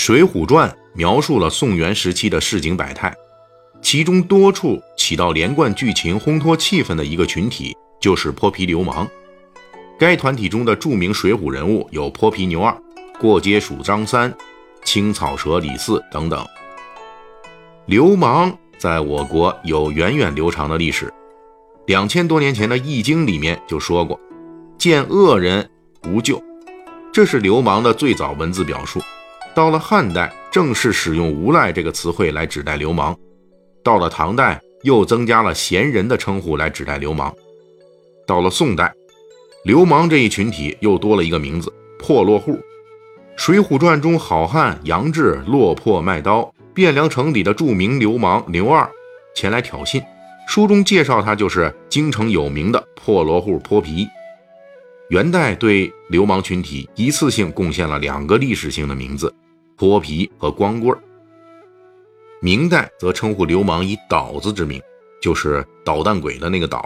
水浒传》描述了宋元时期的市井百态，其中多处起到连贯剧情、烘托气氛的一个群体就是泼皮流氓。该团体中的著名水浒人物有泼皮牛二、过街鼠张三、青草蛇李四等等。流氓在我国有源远流长的历史，2000多年前的《易经》里面就说过，见恶人无咎，这是流氓的最早文字表述。到了汉代，正式使用无赖这个词汇来指代流氓，到了唐代又增加了闲人的称呼来指代流氓，到了宋代，流氓这一群体又多了一个名字，破落户。水浒传中好汉杨志落魄卖刀，汴梁城里的著名流氓牛二前来挑衅，书中介绍他就是京城有名的破落户泼皮。元代对流氓群体一次性贡献了2个历史性的名字，泼皮和光棍。明代则称呼流氓以捣子之名，就是捣蛋鬼的那个捣。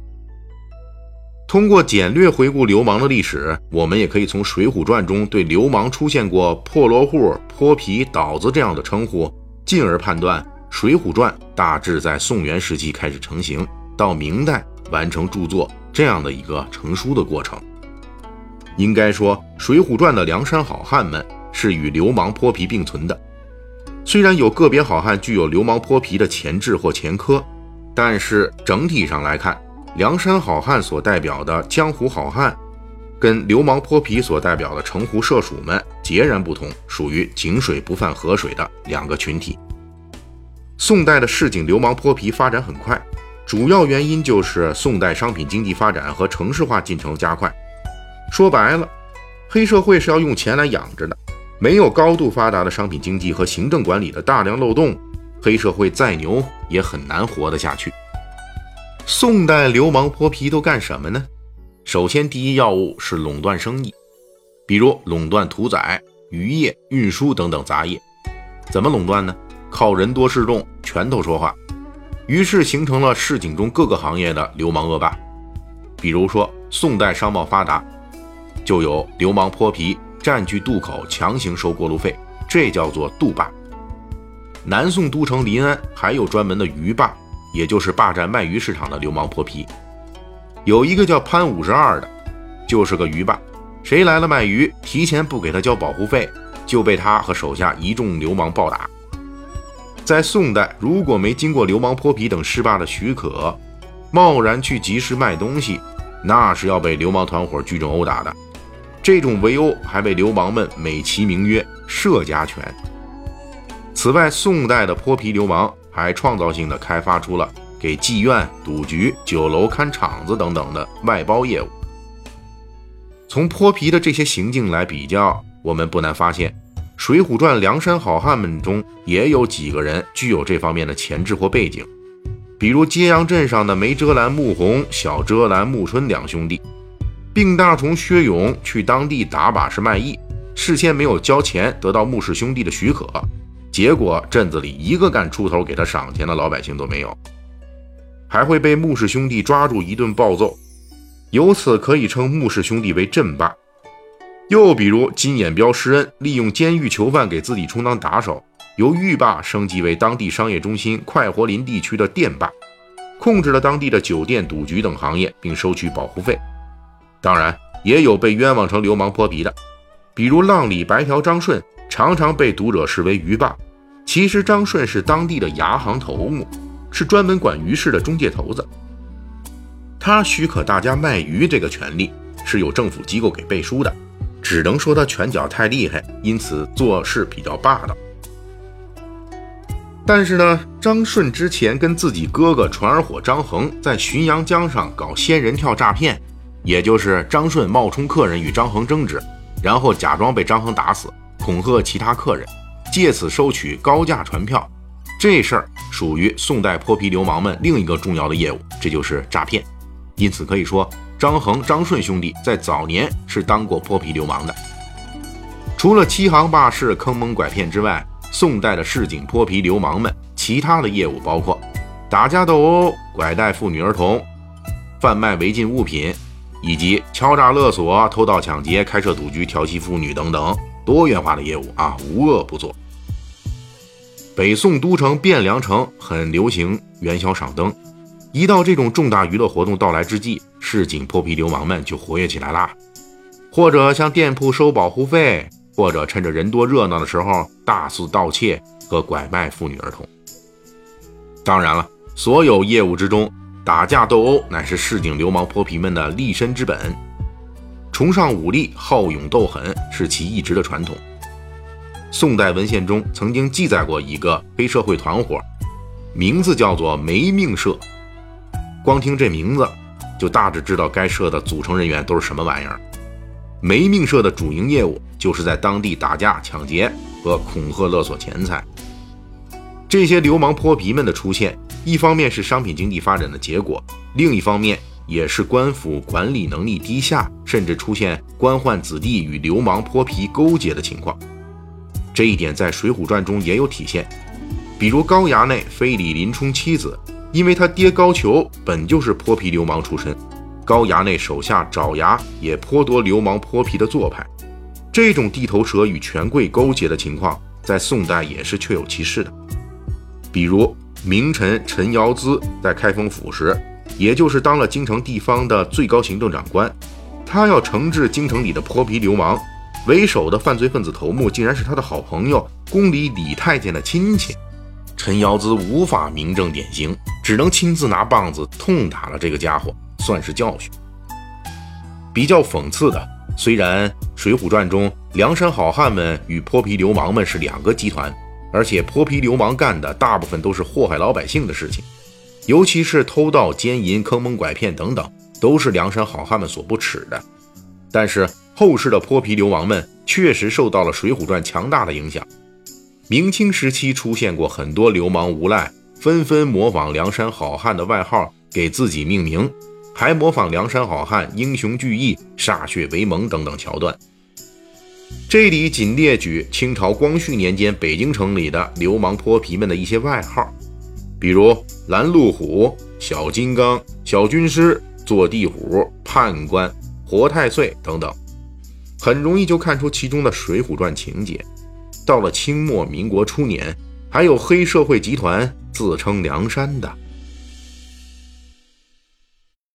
通过简略回顾流氓的历史，我们也可以从水浒传中对流氓出现过破落户、泼皮、捣子这样的称呼，进而判断水浒传大致在宋元时期开始成型，到明代完成著作这样的一个成书的过程。应该说，水浒传的梁山好汉们是与流氓泼皮并存的。虽然有个别好汉具有流氓泼皮的前质或前科，但是整体上来看，梁山好汉所代表的江湖好汉跟流氓泼皮所代表的城湖社鼠们截然不同，属于井水不犯河水的2个群体。宋代的市井流氓泼皮发展很快，主要原因就是宋代商品经济发展和城市化进程加快。说白了，黑社会是要用钱来养着的，没有高度发达的商品经济和行政管理的大量漏洞，黑社会再牛也很难活得下去。宋代流氓泼皮都干什么呢？首先第一要务是垄断生意，比如垄断屠宰、渔业、运输等等杂业。怎么垄断呢？靠人多势众，拳头说话。于是形成了市井中各个行业的流氓恶霸。比如说宋代商贸发达，就有流氓泼皮占据渡口强行收过路费，这叫做渡霸。南宋都城临安还有专门的鱼霸，也就是霸占卖鱼市场的流氓泼皮。有一个叫潘52的，就是个鱼霸，谁来了卖鱼，提前不给他交保护费，就被他和手下一众流氓暴打。在宋代，如果没经过流氓泼皮等市霸的许可，贸然去集市卖东西，那是要被流氓团伙聚众殴打的。这种围殴还被流氓们美其名曰社家拳。此外，宋代的泼皮流氓还创造性地开发出了给妓院、赌局、酒楼看场子等等的外包业务。从泼皮的这些行径来比较，我们不难发现，水浒传梁山好汉们中也有几个人具有这方面的潜质或背景。比如揭阳镇上的梅遮拦穆弘、小遮拦穆春2兄弟，病大虫薛勇去当地打把式卖艺，事先没有交钱得到穆氏兄弟的许可，结果镇子里一个敢出头给他赏钱的老百姓都没有，还会被穆氏兄弟抓住一顿暴揍，由此可以称穆氏兄弟为镇霸。又比如金眼彪施恩利用监狱囚犯给自己充当打手，由狱霸升级为当地商业中心快活林地区的店霸，控制了当地的酒店、赌局等行业，并收取保护费。当然也有被冤枉成流氓泼皮的，比如浪里白条张顺常常被读者视为鱼霸，其实张顺是当地的牙行头目，是专门管鱼市的中介头子。他许可大家卖鱼这个权利是有政府机构给背书的，只能说他拳脚太厉害，因此做事比较霸道。但是呢，张顺之前跟自己哥哥传耳火张衡在浔阳江上搞仙人跳诈骗，也就是张顺冒充客人与张衡争执，然后假装被张衡打死，恐吓其他客人，借此收取高价传票。这事儿属于宋代泼皮流氓们另一个重要的业务，这就是诈骗。因此可以说，张衡、张顺兄弟在早年是当过泼皮流氓的。除了欺行霸市、坑蒙拐骗之外，宋代的市井泼皮流氓们其他的业务包括打架斗殴、拐带妇女儿童、贩卖违禁物品，以及敲诈勒索、偷盗抢劫、开设赌局、调戏妇女等等。 多元化的业务啊，无恶不作。北宋都城汴梁城很流行元宵赏灯，一到这种重大娱乐活动到来之际，市井泼皮流氓们就活跃起来啦，或者向店铺收保护费，或者趁着人多热闹的时候大肆盗窃和拐卖妇女儿童。当然了，所有业务之中，打架斗殴乃是市井流氓泼皮们的立身之本，崇尚武力，好勇斗狠是其一直的传统。宋代文献中曾经记载过一个黑社会团伙，名字叫做没命社。光听这名字就大致知道该社的组成人员都是什么玩意儿。没命社的主营业务就是在当地打架抢劫和恐吓勒索钱财。这些流氓泼皮们的出现，一方面是商品经济发展的结果，另一方面也是官府管理能力低下，甚至出现官宦子弟与流氓泼皮勾结的情况。这一点在《水浒传》中也有体现，比如高衙内非礼林冲妻子，因为他爹高俅本就是泼皮流氓出身，高衙内手下爪牙也颇多流氓泼皮的做派。这种地头蛇与权贵勾结的情况，在宋代也是确有其事的。比如名臣陈尧咨在开封府时，也就是当了京城地方的最高行政长官，他要惩治京城里的泼皮流氓，为首的犯罪分子头目竟然是他的好朋友宫里李太监的亲戚。陈尧咨无法明正典刑，只能亲自拿棒子痛打了这个家伙，算是教训。比较讽刺的，虽然《水浒传》中梁山好汉们与泼皮流氓们是两个集团，而且泼皮流氓干的大部分都是祸害老百姓的事情，尤其是偷盗、奸淫、坑蒙拐骗等等，都是梁山好汉们所不耻的。但是后世的泼皮流氓们确实受到了《水浒传》强大的影响。明清时期出现过很多流氓无赖，纷纷模仿梁山好汉的外号给自己命名，还模仿梁山好汉英雄聚义、歃血为盟等等桥段。这里仅列举清朝光绪年间北京城里的流氓泼皮们的一些外号，比如拦路虎、小金刚、小军师、坐地虎、判官、活太岁等等，很容易就看出其中的《水浒传》情节。到了清末民国初年，还有黑社会集团自称梁山的。